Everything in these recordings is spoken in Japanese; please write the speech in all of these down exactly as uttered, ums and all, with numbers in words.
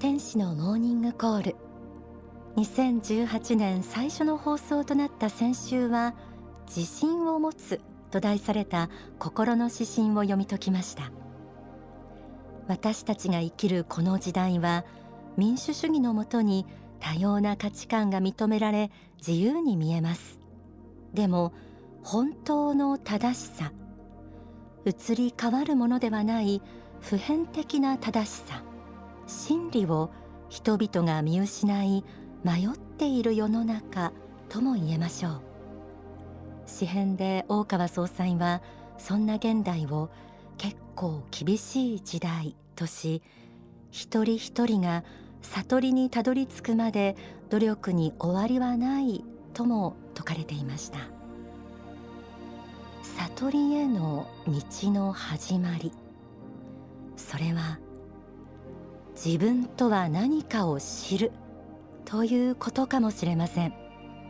天使のモーニングコール。にせんじゅうはちねん最初の放送となった先週は、自信を持つと題された心の指針を読み解きました。私たちが生きるこの時代は、民主主義のもとに多様な価値観が認められ自由に見えます。でも本当の正しさ、移り変わるものではない普遍的な正しさ、真理を人々が見失い迷っている世の中とも言えましょう。詩編で大川総裁はそんな現代を結構厳しい時代とし、一人一人が悟りにたどり着くまで努力に終わりはないとも説かれていました。悟りへの道の始まり、それは自分とは何かを知るということかもしれません。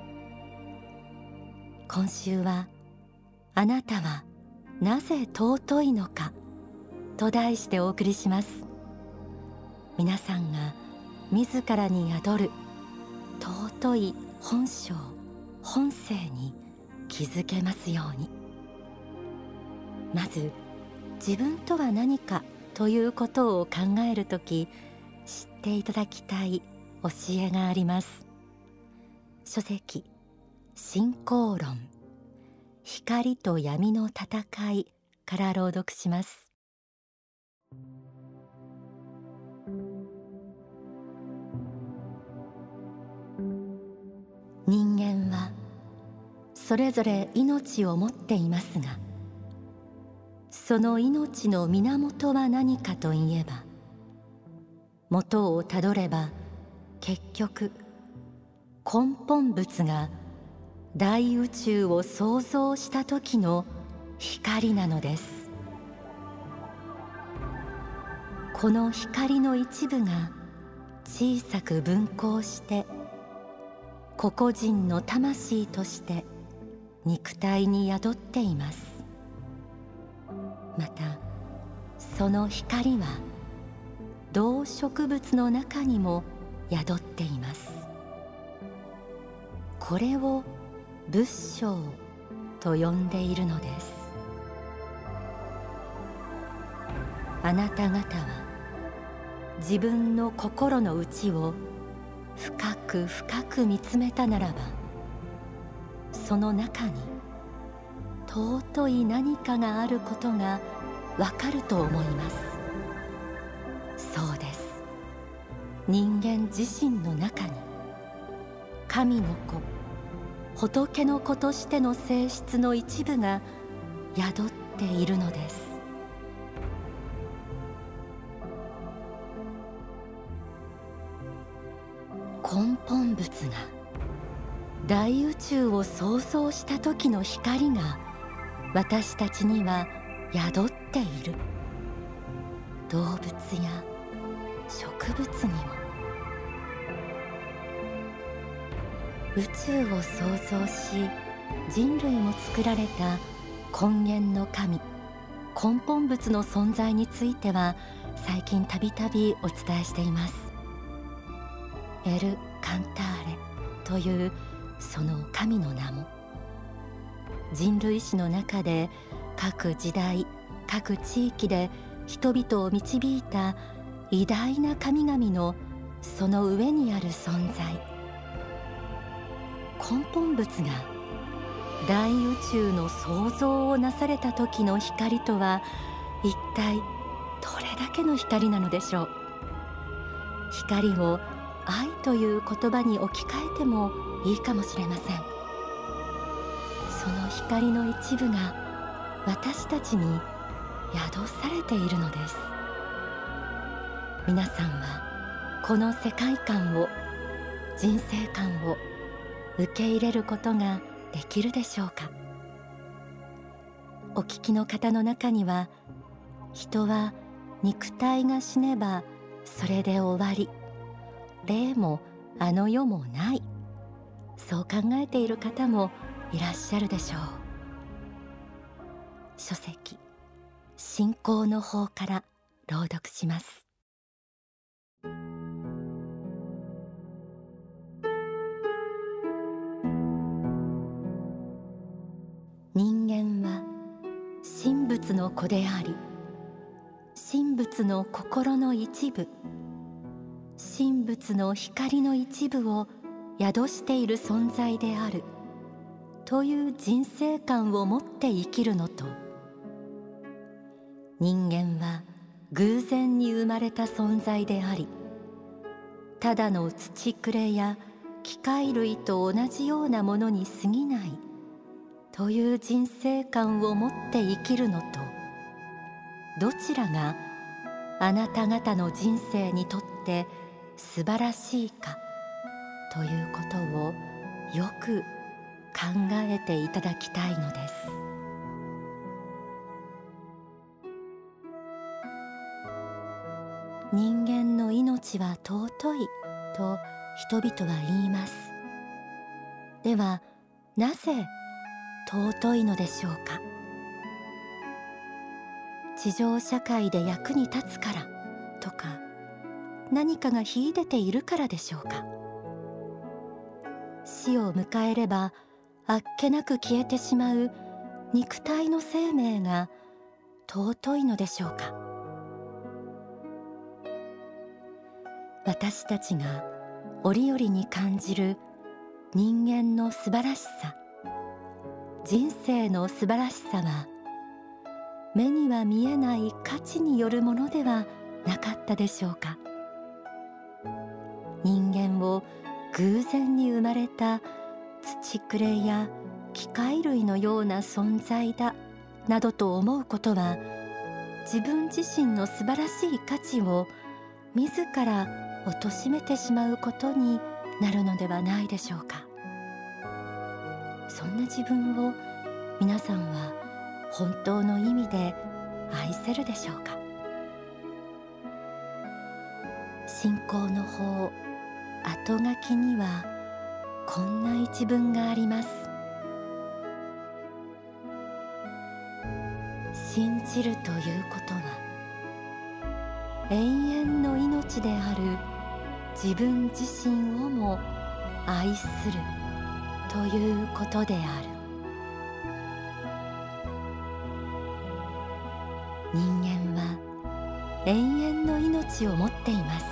今週はあなたはなぜ尊いのかと題してお送りします。皆さんが自らに宿る尊い本性、本性に気づけますように。まず自分とは何かということを考えるとき、知っていただきたい教えがあります。書籍信仰論、光と闇の戦いから朗読します。人間はそれぞれ命を持っていますが、その命の源は何かといえば、元をたどれば結局根本物が大宇宙を創造した時の光なのです。この光の一部が小さく分光して個々人の魂として肉体に宿っています。またその光は動植物の中にも宿っています。これを仏性と呼んでいるのです。あなた方は自分の心の内を深く深く見つめたならば、その中に尊い何かがあることがわかると思います。そうです。人間自身の中に神の子、仏の子としての性質の一部が宿っているのです。根本物が大宇宙を創造した時の光が私たちには宿っている。動物や植物にも。宇宙を創造し人類も作られた根源の神、根本物の存在については最近たびたびお伝えしています。エル・カンターレというその神の名も、人類史の中で各時代各地域で人々を導いた偉大な神々のその上にある存在、根本物が大宇宙の創造をなされた時の光とは一体どれだけの光なのでしょう。光を愛という言葉に置き換えてもいいかもしれません。その光の一部が私たちに宿されているのです。皆さんはこの世界観を、人生観を受け入れることができるでしょうか。お聞きの方の中には、人は肉体が死ねばそれで終わり、霊もあの世もない、そう考えている方もいらっしゃるでしょう。書籍信仰の法から朗読します。 人間は神仏の子であり、神仏の心の一部、神仏の光の一部を宿している存在であるという人生観を持って生きるのと、人間は偶然に生まれた存在であり、ただの土くれや機械類と同じようなものに過ぎないという人生観を持って生きるのと、どちらがあなた方の人生にとって素晴らしいかということをよく考えていただきたいのです。人間の命は尊いと人々は言います。ではなぜ尊いのでしょうか。地上社会で役に立つからとか、何かが秀でているからでしょうか。死を迎えればあっけなく消えてしまう肉体の生命が尊いのでしょうか。私たちが折々に感じる人間の素晴らしさ、人生の素晴らしさは、目には見えない価値によるものではなかったでしょうか。人間を偶然に生まれた土くれや機械類のような存在だなどと思うことは、自分自身の素晴らしい価値を自ら貶めてしまうことになるのではないでしょうか。そんな自分を皆さんは本当の意味で愛せるでしょうか。信仰の法後書きにはこんな一文があります。信じるということは、永遠の命である自分自身をも愛するということである。人間は永遠の命を持っています。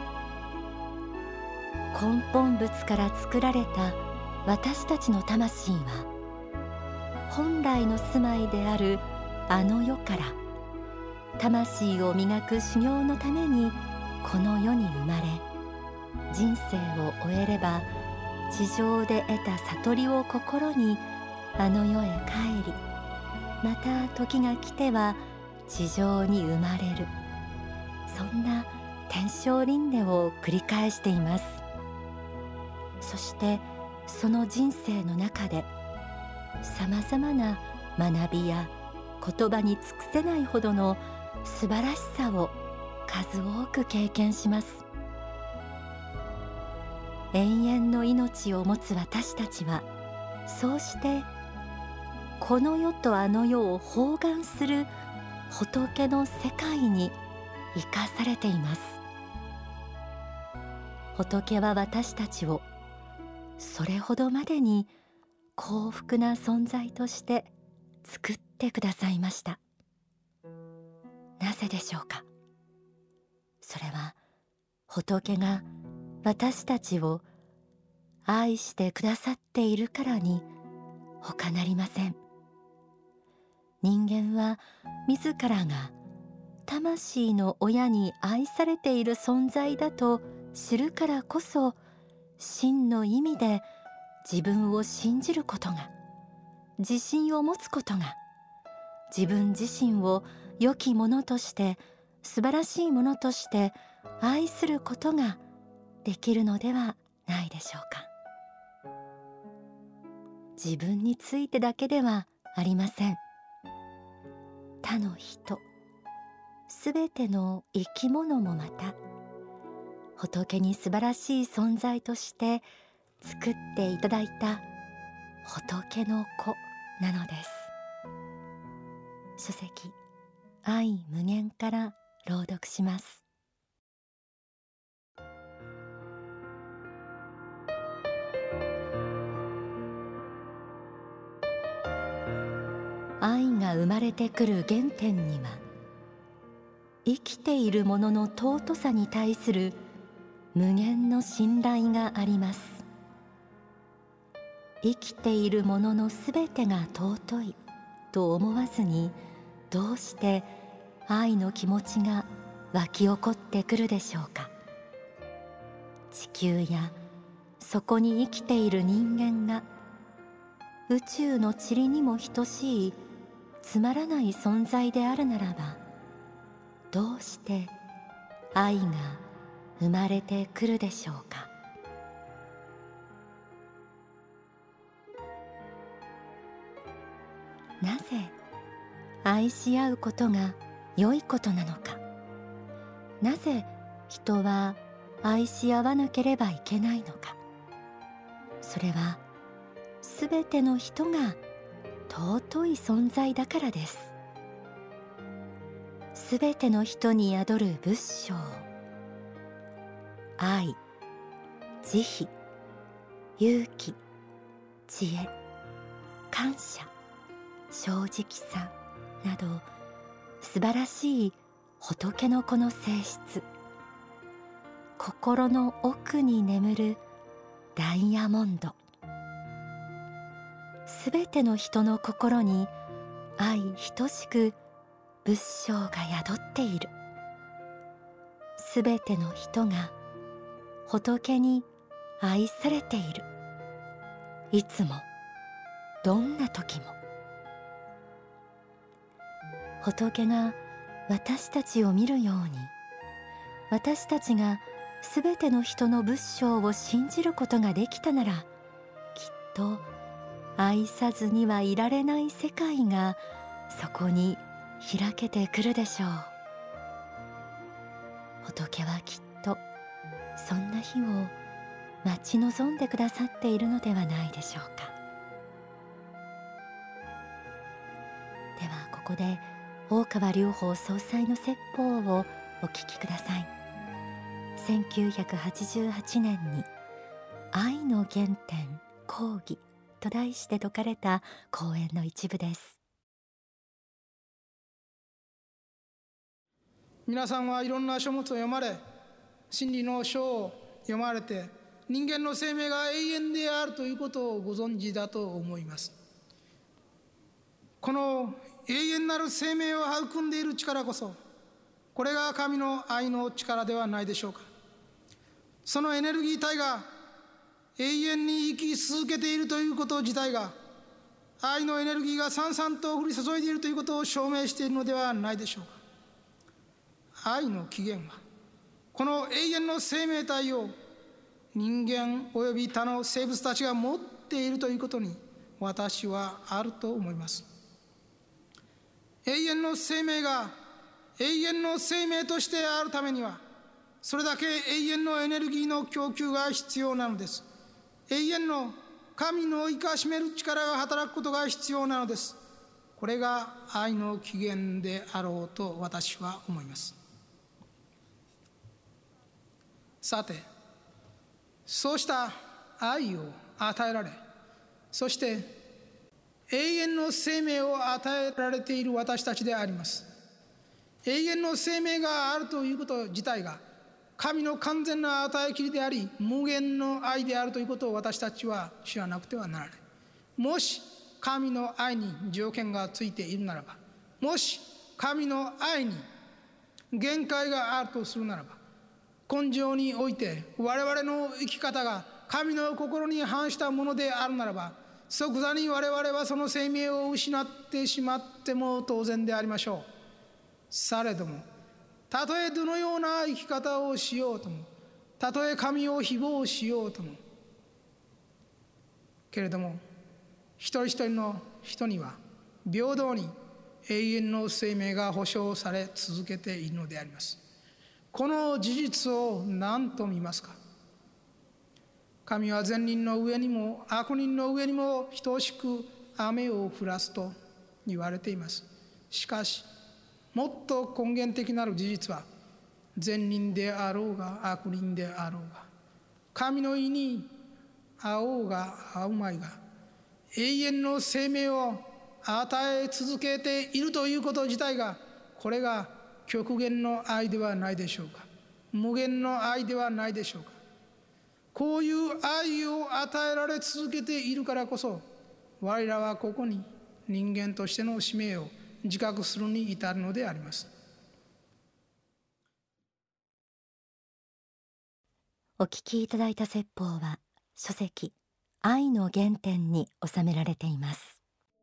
根本物から作られた私たちの魂は、本来の住まいであるあの世から魂を磨く修行のためにこの世に生まれ、人生を終えれば地上で得た悟りを心にあの世へ帰り、また時が来ては地上に生まれる、そんな天正輪廻を繰り返しています。そしてその人生の中でさまざまな学びや言葉に尽くせないほどの素晴らしさを数多く経験します。永遠の命を持つ私たちは、そうしてこの世とあの世を包含する仏の世界に生かされています。仏は私たちをそれほどまでに幸福な存在として作ってくださいました。なぜでしょうか。それは仏が私たちを愛してくださっているからに他なりません。人間は自らが魂の親に愛されている存在だと知るからこそ、真の意味で自分を信じることが、自信を持つことが、自分自身を良きものとして素晴らしいものとして愛することができるのではないでしょうか。自分についてだけではありません。他の人、すべての生き物もまた仏に素晴らしい存在として作っていただいた仏の子なのです。書籍愛無限から朗読します。 愛が生まれてくる原点には、生きているものの尊さに対する無限の信頼があります。生きているもののすべてが尊いと思わずに、どうして愛の気持ちが湧き起こってくるでしょうか。地球やそこに生きている人間が宇宙の塵にも等しいつまらない存在であるならば、どうして愛が生まれてくるでしょうか。なぜ愛し合うことが良いことなのか。なぜ人は愛し合わなければいけないのか。それはすべての人が尊い存在だからです。すべての人に宿る仏性、愛、慈悲、勇気、知恵、感謝、正直さなど、素晴らしい仏の子の性質、心の奥に眠るダイヤモンド。すべての人の心に愛等しく仏性が宿っている。すべての人が仏に愛されている。いつもどんな時も。仏が私たちを見るように、私たちがすべての人の仏性を信じることができたなら、きっと愛さずにはいられない世界がそこに開けてくるでしょう。仏はきっとそんな日を待ち望んでくださっているのではないでしょうか。ではここで大川隆法総裁の説法をお聞きください。せんきゅうひゃくはちじゅうはちねんに愛の原点講義と題して説かれた講演の一部です。 皆さんはいろんな書物を読まれ、真理の書を読まれて、人間の生命が永遠であるということをご存知だと思います。この永遠なる生命を育んでいる力こそ、これが神の愛の力ではないでしょうか。そのエネルギー体が永遠に生き続けているということ自体が、愛のエネルギーがさんさんと降り注いでいるということを証明しているのではないでしょうか。愛の起源は、この永遠の生命体を人間および他の生物たちが持っているということに、私はあると思います。永遠の生命が永遠の生命としてあるためには、それだけ永遠のエネルギーの供給が必要なのです。永遠の神の生かしめる力が働くことが必要なのです。これが愛の起源であろうと私は思います。さて、そうした愛を与えられ、そして永遠の生命を与えられている私たちであります。永遠の生命があるということ自体が、神の完全な与えきりであり、無限の愛であるということを私たちは知らなくてはならない。もし神の愛に条件がついているならば、もし神の愛に限界があるとするならば、根性において我々の生き方が神の心に反したものであるならば、即座に我々はその生命を失ってしまっても当然でありましょう。されども、たとえどのような生き方をしようとも、たとえ神を誹謗しようとも、けれども一人一人の人には平等に永遠の生命が保証され続けているのであります。この事実を何と見ますか。神は善人の上にも悪人の上にも等しく雨を降らすと言われています。しかしもっと根源的なる事実は、善人であろうが悪人であろうが、神の意に合おうが合うまいが、永遠の生命を与え続けているということ自体が、これが極限の愛ではないでしょうか。無限の愛ではないでしょうか。こういう愛を与えられ続けているからこそ、我らはここに人間としての使命を自覚するに至るのであります。 お聞きいただいた説法は書籍愛の原点に収められています。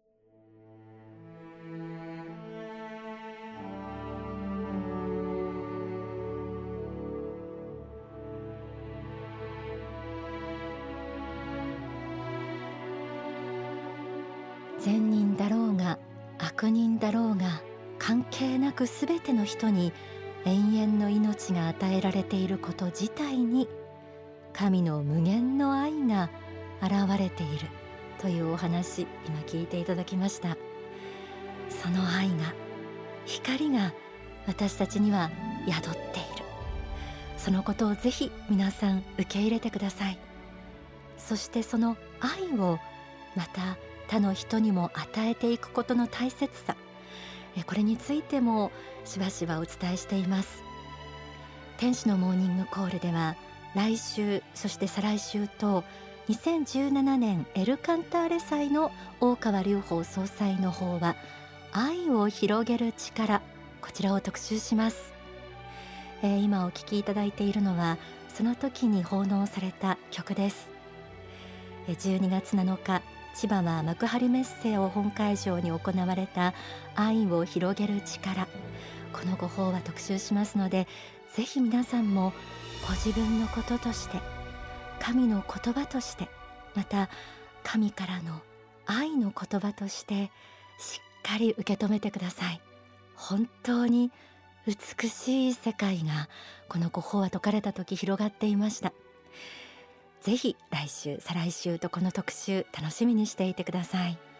善人だろうが悪人だろうが関係なく、すべての人に永遠の命が与えられていること自体に神の無限の愛が現れているというお話、今聞いていただきました。その愛が、光が私たちには宿っている。そのことをぜひ皆さん受け入れてください。そしてその愛をまた他の人にも与えていくことの大切さ、これについてもしばしばお伝えしています。天使のモーニングコールでは来週、そして再来週とにせんじゅうななねんエルカンターレ祭の大川隆法総裁の方は愛を広げる力、こちらを特集します。えー、今お聴きいただいているのはその時に奉納された曲です。じゅうにがつなのか、千葉は幕張メッセを本会場に行われた愛を広げる力、このご法は特集しますので、ぜひ皆さんもご自分のこととして、神の言葉として、また神からの愛の言葉としてしっかり受け止めてください。本当に美しい世界がこのご法は説かれた時広がっていました。ぜひ来週再来週とこの特集楽しみにしていてください。